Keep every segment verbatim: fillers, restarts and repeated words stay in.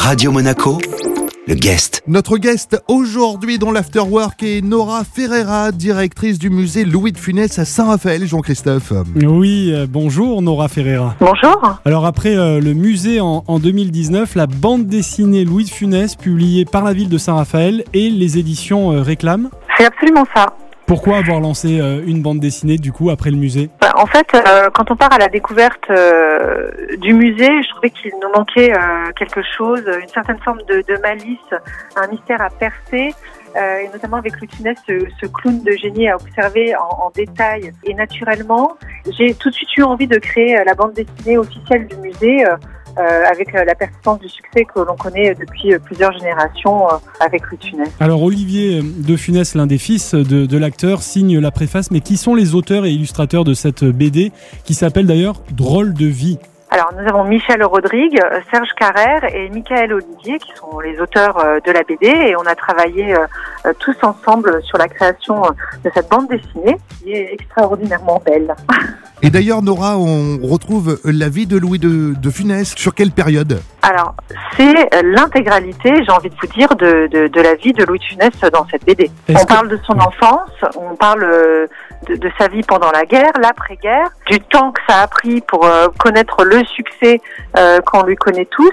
Radio Monaco, le guest. Notre guest aujourd'hui dans l'Afterwork est Nora Ferreira, directrice du musée Louis de Funès à Saint-Raphaël. Jean-Christophe. Oui, euh, bonjour Nora Ferreira. Bonjour. Alors après euh, le musée en, en deux mille dix-neuf, la bande dessinée Louis de Funès publiée par la ville de Saint-Raphaël et les éditions euh, Réclame. C'est absolument ça. Pourquoi avoir lancé euh, une bande dessinée du coup après le musée ? En fait, euh, quand on part à la découverte euh, du musée, je trouvais qu'il nous manquait euh, quelque chose, une certaine forme de, de malice, un mystère à percer. Euh, et notamment avec Louis de Funès, ce, ce clown de génie à observer en, en détail et naturellement. J'ai tout de suite eu envie de créer la bande dessinée officielle du musée, euh, Euh, avec euh, la persistance du succès que l'on connaît depuis euh, plusieurs générations euh, avec Louis de Funès. Alors Olivier de Funès, l'un des fils de, de l'acteur, signe la préface, mais qui sont les auteurs et illustrateurs de cette B D qui s'appelle d'ailleurs Drôle de vie? Alors nous avons Michel Rodrigue, Serge Carrère et Michael Olivier qui sont les auteurs de la B D et on a travaillé euh, tous ensemble sur la création de cette bande dessinée qui est extraordinairement belle. Et d'ailleurs Nora, on retrouve la vie de Louis de, de Funès sur quelle période ? Alors c'est l'intégralité, j'ai envie de vous dire, de, de, de la vie de Louis de Funès dans cette B D. Est-ce on que... parle de son enfance, on parle de, de sa vie pendant la guerre, l'après-guerre, du temps que ça a pris pour euh, connaître le succès euh, qu'on lui connaît tous.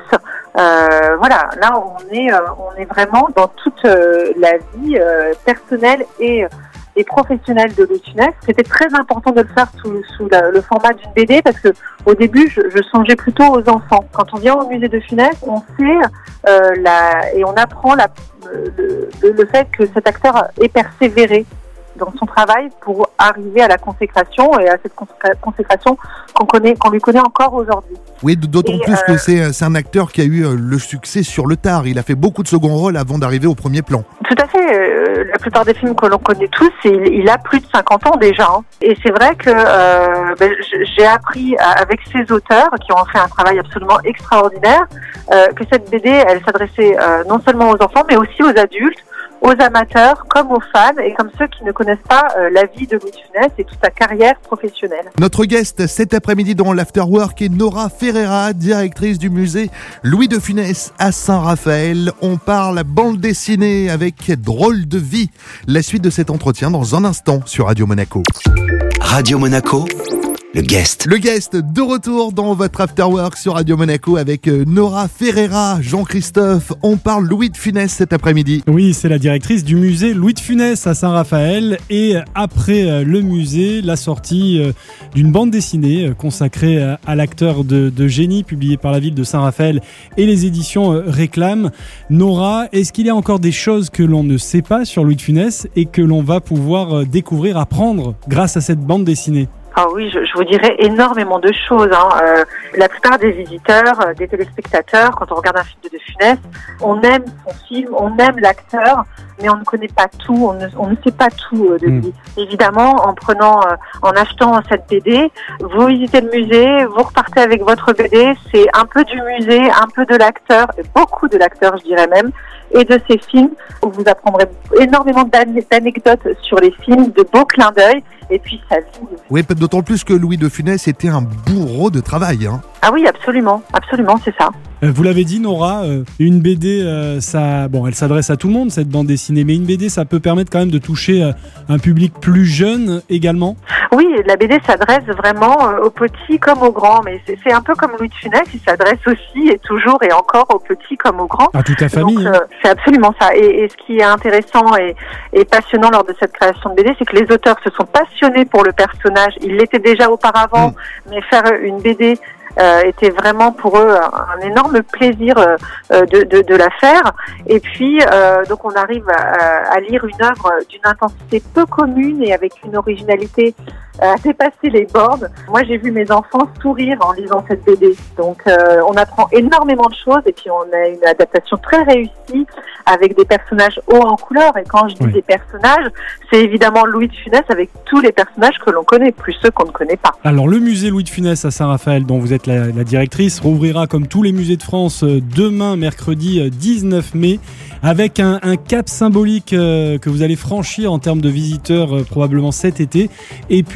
Euh, voilà, là on est, euh, on est vraiment dans toute euh, la vie euh, personnelle et et professionnelle de Louis de Funès. C'était très important de le faire sous, sous la, le format d'une B D parce que au début, je, je songeais plutôt aux enfants. Quand on vient au musée de Funès, on sait euh, la, et on apprend la, le, le, le fait que cet acteur ait persévéré dans son travail pour arriver à la consécration et à cette consécration qu'on connaît, qu'on lui connaît encore aujourd'hui. Oui, d'autant et plus euh, que c'est, c'est un acteur qui a eu le succès sur le tard. Il a fait beaucoup de second rôles avant d'arriver au premier plan. Tout à fait. Euh, la plupart des films que l'on connaît tous, il, il a plus de cinquante ans déjà. Hein. Et c'est vrai que euh, ben, j'ai appris avec ces auteurs qui ont fait un travail absolument extraordinaire euh, que cette B D, elle s'adressait euh, non seulement aux enfants, mais aussi aux adultes, aux amateurs comme aux fans et comme ceux qui ne connaissent pas euh, la vie de Louis de Funès et toute sa carrière professionnelle. Notre guest cet après-midi dans l'Afterwork est Nora Ferreira, directrice du musée Louis de Funès à Saint-Raphaël. On parle bande dessinée avec Drôle de vie. La suite de cet entretien dans un instant sur Radio Monaco. Radio Monaco, le guest. Le guest de retour dans votre Afterwork sur Radio Monaco avec Nora Ferreira. Jean-Christophe, on parle Louis de Funès cet après-midi. Oui, c'est la directrice du musée Louis de Funès à Saint-Raphaël. Et après le musée, la sortie d'une bande dessinée consacrée à l'acteur de, de génie publiée par la ville de Saint-Raphaël et les éditions Réclame. Nora, est-ce qu'il y a encore des choses que l'on ne sait pas sur Louis de Funès et que l'on va pouvoir découvrir, apprendre grâce à cette bande dessinée ? Ah oui, je, je vous dirais énormément de choses. Hein. Euh, la plupart des visiteurs, euh, des téléspectateurs, quand on regarde un film de De Funès, on aime son film, on aime l'acteur, mais on ne connaît pas tout, on ne, on ne sait pas tout euh, de lui. Mmh. Évidemment, en prenant, euh, en achetant cette B D, vous visitez le musée, vous repartez avec votre B D, c'est un peu du musée, un peu de l'acteur, beaucoup de l'acteur, je dirais même, et de ses films. Vous apprendrez énormément d'anecdotes sur les films, de beaux clins d'œil, et puis sa vie. Oui, d'autant plus que Louis de Funès était un bourreau de travail. Hein. Ah oui, absolument, absolument, c'est ça. Vous l'avez dit Nora, une B D, euh, ça, bon, elle s'adresse à tout le monde cette bande dessinée, mais une B D, ça peut permettre quand même de toucher un public plus jeune également. Oui, la B D s'adresse vraiment aux petits comme aux grands, mais c'est, c'est un peu comme Louis de Funès, il s'adresse aussi et toujours et encore aux petits comme aux grands. À toute la famille. Donc, euh, c'est absolument ça. Et, et ce qui est intéressant et, et passionnant lors de cette création de B D, c'est que les auteurs se sont passionnés pour le personnage. Ils l'étaient déjà auparavant, mmh. mais faire une B D Euh, était vraiment pour eux un, un énorme plaisir euh, de, de, de la faire. Et puis, euh, donc on arrive à, à lire une œuvre d'une intensité peu commune et avec une originalité à dépasser les bornes. Moi, j'ai vu mes enfants sourire en lisant cette B D. Donc, euh, on apprend énormément de choses et puis on a une adaptation très réussie avec des personnages hauts en couleur. Et quand je dis oui. des personnages, c'est évidemment Louis de Funès avec tous les personnages que l'on connaît, plus ceux qu'on ne connaît pas. Alors, le musée Louis de Funès à Saint-Raphaël, dont vous êtes la, la directrice, rouvrira comme tous les musées de France demain, mercredi dix-neuf mai, avec un, un cap symbolique euh, que vous allez franchir en termes de visiteurs euh, probablement cet été. Et puis,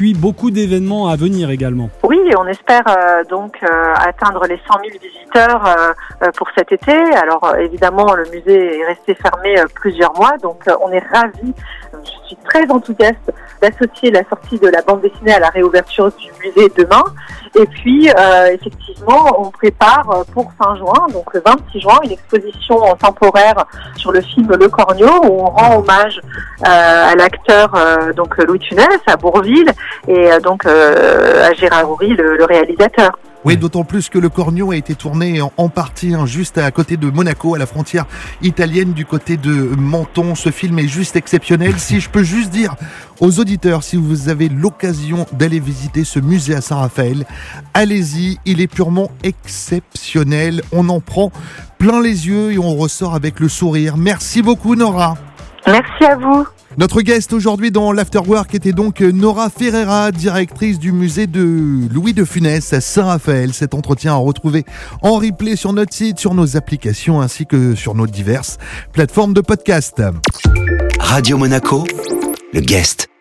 puis beaucoup d'événements à venir également. Oui, on espère euh, donc euh, atteindre les cent mille visiteurs euh, euh, pour cet été. Alors euh, évidemment, le musée est resté fermé euh, plusieurs mois, donc euh, on est ravis. Je suis très enthousiaste d'associer la sortie de la bande dessinée à la réouverture du musée demain. Et puis, euh, effectivement, on prépare pour fin juin, donc le vingt-six juin, une exposition temporaire sur le film Le Cornio, où on rend hommage euh, à l'acteur euh, donc Louis de Funès, à Bourvil, et euh, donc euh, à Gérard Houry, le, le réalisateur. Oui, d'autant plus que Le Cornio a été tourné en, en partie hein, juste à côté de Monaco, à la frontière italienne, du côté de Menton. Ce film est juste exceptionnel. Si je peux juste dire aux auditeurs, si vous avez l'occasion d'aller visiter ce musée à Saint-Raphaël, allez-y, il est purement exceptionnel. On en prend plein les yeux et on ressort avec le sourire. Merci beaucoup, Nora. Merci à vous. Notre guest aujourd'hui dans l'Afterwork était donc Nora Ferreira, directrice du musée de Louis de Funès à Saint-Raphaël. Cet entretien à retrouver en replay sur notre site, sur nos applications ainsi que sur nos diverses plateformes de podcast. Radio Monaco, le guest.